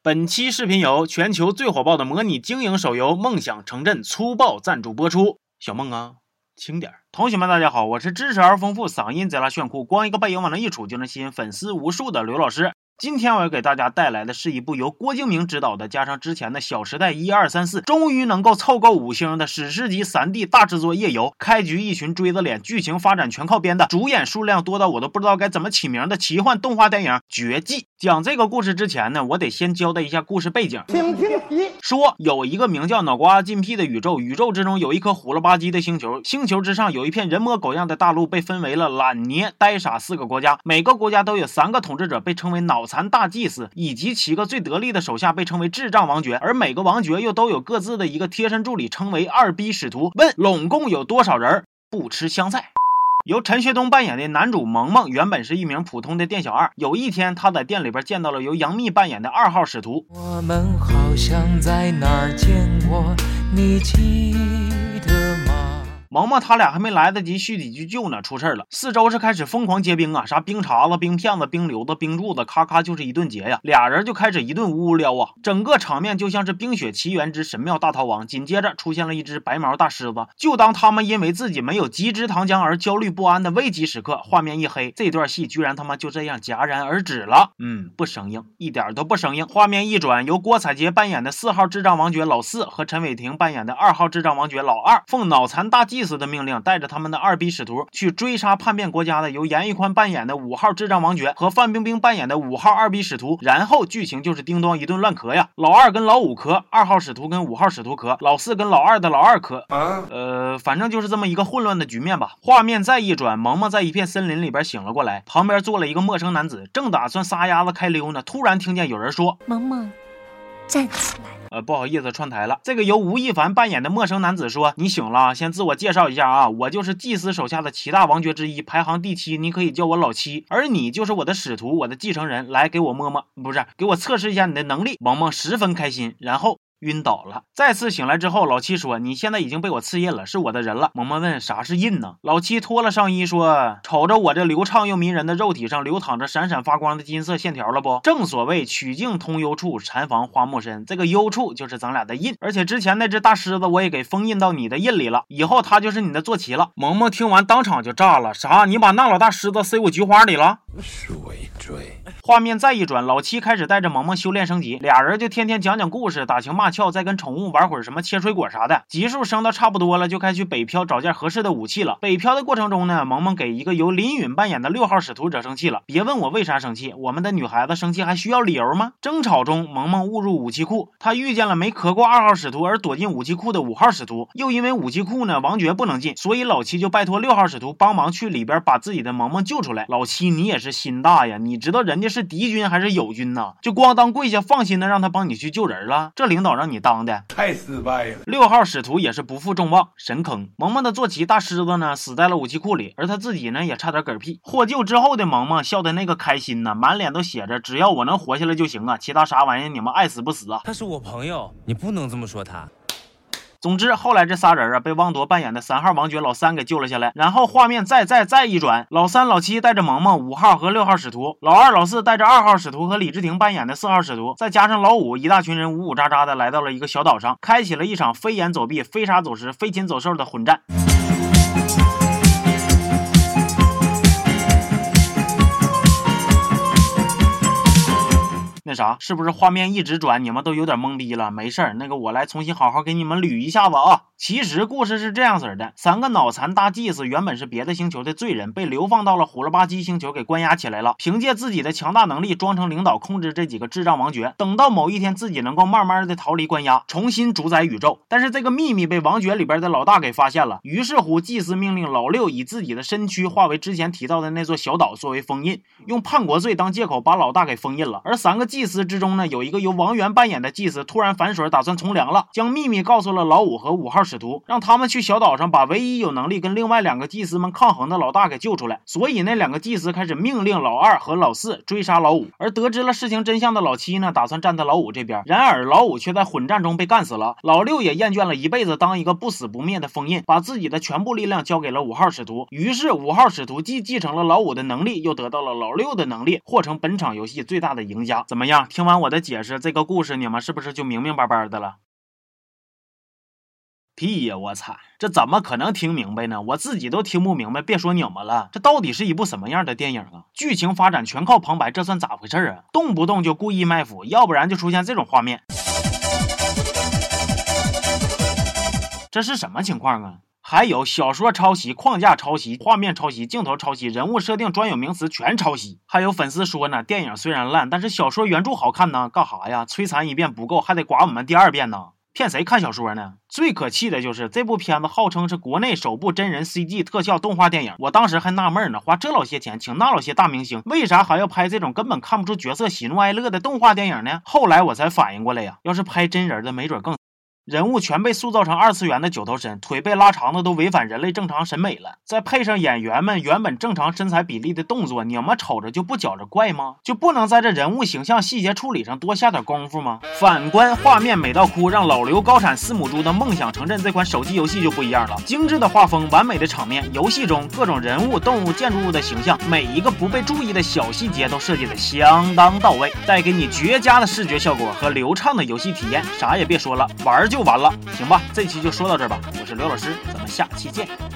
本期视频由全球最火爆的模拟经营手游《梦想城镇》粗暴赞助播出。小梦啊，轻点。同学们大家好，我是知识而丰富，嗓音贼拉炫酷，光一个背影往那一杵就能吸引粉丝无数的刘老师。今天我要给大家带来的是一部由郭敬明执导的，加上之前的《小时代》1、2、3、4，终于能够凑够5星的史诗级3D 大制作夜游。开局一群锥子脸，剧情发展全靠编的，主演数量多到我都不知道该怎么起名的奇幻动画电影《绝技》。讲这个故事之前呢，我得先交代一下故事背景。请听题：说有一个名叫脑瓜禁屁的宇宙，宇宙之中有一颗虎了吧唧的星球，星球之上有一片人模狗样的大陆，被分为了懒、捏、呆、傻4个国家，每个国家都有3个统治者，被称为脑残大祭司，以及7个最得力的手下，被称为智障王爵，而每个王爵又都有各自的一个贴身助理，称为2逼使徒。问拢共有多少人？不吃香菜。由陈学冬扮演的男主萌萌原本是一名普通的店小二，有一天他在店里边见到了由杨幂扮演的2号使徒。 我们好像在哪儿见过，你记得吗？ 萌萌他俩还没来得及续几句旧呢，出事了。4周是开始疯狂结冰啊，啥冰碴子、冰片子、冰溜子、冰柱子，咔咔就是一顿结呀。俩人就开始一顿无聊啊，整个场面就像是《冰雪奇缘之神庙大逃亡》。紧接着出现了一只白毛大狮子，就当他们因为自己没有极致糖浆而焦虑不安的危急时刻，画面一黑，这段戏居然他妈就这样戛然而止了。不生硬，一点都不生硬。画面一转，由郭采洁扮演的4号智障王爵老4和陈伟霆扮演的2号智障王爵老2，奉脑残大祭司的命令，带着他们的2逼使徒去追杀叛变国家的由严屹宽扮演的5号智障王爵和范冰冰扮演的5号2逼使徒。然后剧情就是叮咚一顿乱咳呀，老2跟老5咳，2号使徒跟5号使徒咳，老4跟老2的老2咳。反正就是这么一个混乱的局面吧。画面再一转，萌萌在一片森林里边醒了过来，旁边坐了一个陌生男子，正打算撒丫子开溜呢，突然听见有人说：“ 萌萌，站起来。” 不好意思串台了。这个由吴亦凡扮演的陌生男子说：“你醒了，先自我介绍一下啊，我就是祭司手下的7大王爵之一，排行第7，你可以叫我老7，而你就是我的使徒，我的继承人，来给我摸摸，不是给我测试一下你的能力。”萌萌十分开心，然后晕倒了。再次醒来之后，老7说：“你现在已经被我刺印了，是我的人了。”萌萌问：“啥是印呢？”老7脱了上衣说：“瞅着我这流畅又迷人的肉体上流淌着闪闪发光的金色线条了不？正所谓曲径通幽处，禅房花木深，这个幽处就是咱俩的印，而且之前那只大狮子我也给封印到你的印里了，以后他就是你的坐骑了。”萌萌听完当场就炸了：“啥？你把那老大狮子塞我菊花里了？” 水锥。 画面再一转，老7开始带着萌萌修炼升级，俩人就天天讲讲故事，打情骂俏，再跟宠物玩会儿什么切水果啥的。级数升到差不多了，就该去北漂找件合适的武器了。北漂的过程中呢，萌萌给一个由林允扮演的6号使徒惹生气了。别问我为啥生气，我们的女孩子生气还需要理由吗？争吵中，萌萌误入武器库，他遇见了没咳过2号使徒而躲进武器库的5号使徒，又因为武器库呢王爵不能进，所以老7就拜托6号使徒帮忙去里边把自己的萌萌救出来。老7你也是心大呀，你知道人家是敌军还是友军呢？就光当跪下放心的让他帮你去救人了？这领导让你当的太失败了。 6号使徒也是不负众望，神坑。萌萌的坐骑大狮子呢死在了武器库里，而他自己呢也差点嗝屁。获救之后的萌萌笑的那个开心呢，满脸都写着只要我能活下来就行啊，其他啥玩意你们爱死不死啊。 他是我朋友，你不能这么说他。 总之后来这仨人被汪铎扮演的3号王爵老3给救了下来。然后画面再一转，老3老7带着萌萌5号和6号使徒，老2老4带着2号使徒和李治廷扮演的4号使徒，再加上老5，一大群人呜呜喳喳的来到了一个小岛上，开启了一场飞檐走壁、飞沙走石、飞禽走兽的混战。那啥，是不是画面一直转你们都有点懵逼了？没事儿，那个我来重新好好给你们捋一下子啊。其实故事是这样子的，3个脑残大祭司原本是别的星球的罪人，被流放到了虎了吧唧星球给关押起来了，凭借自己的强大能力装成领导控制这几个智障王爵，等到某一天自己能够慢慢的逃离关押，重新主宰宇宙。但是这个秘密被王爵里边的老大给发现了，于是乎祭司命令老6以自己的身躯化为之前提到的那座小岛作为封印，用叛国罪当借口把老大给封印了。而3个祭司之中呢，有一个由王源扮演的祭司突然反水，打算从良了，将秘密告诉了老5和5号使徒，让他们去小岛上把唯一有能力跟另外2个祭司们抗衡的老大给救出来。所以那2个祭司开始命令老2和老4追杀老5，而得知了事情真相的老7呢，打算站在老5这边。然而老5却在混战中被干死了。老6也厌倦了一辈子当一个不死不灭的封印，把自己的全部力量交给了5号使徒。于是5号使徒既继承了老5的能力，又得到了老6的能力，获成本场游戏最大的赢家。怎么么样？听完我的解释，这个故事你们是不是就明明白白的了？屁呀！我操，这怎么可能听明白呢？我自己都听不明白，别说你们了。这到底是一部什么样的电影啊？剧情发展全靠旁白，这算咋回事啊？动不动就故意卖腐，要不然就出现这种画面，这是什么情况啊？还有小说抄袭、框架抄袭、画面抄袭、镜头抄袭、人物设定专有名词全抄袭。还有粉丝说呢，电影虽然烂，但是小说原著好看呢，干啥呀？摧残一遍不够，还得刮我们第二遍呢。骗谁看小说呢？最可气的就是这部片子号称是国内首部真人 CG 特效动画电影，我当时还纳闷呢，花这老些钱请那老些大明星，为啥还要拍这种根本看不出角色喜怒哀乐的动画电影呢？后来我才反应过来呀，要是拍真人的没准更人物全被塑造成二次元的九头身，腿被拉长的都违反人类正常审美了，再配上演员们原本正常身材比例的动作，你们瞅着就不觉着怪吗？就不能在这人物形象细节处理上多下点功夫吗？反观画面美到哭，让老刘高产4母猪的梦想成真这款手机游戏就不一样了，精致的画风，完美的场面，游戏中各种人物、动物、建筑物的形象，每一个不被注意的小细节都设计的相当到位，带给你绝佳的视觉效果和流畅的游戏体验。啥也别说了，玩就完了。行吧，这期就说到这儿吧，我是刘老师，咱们下期见。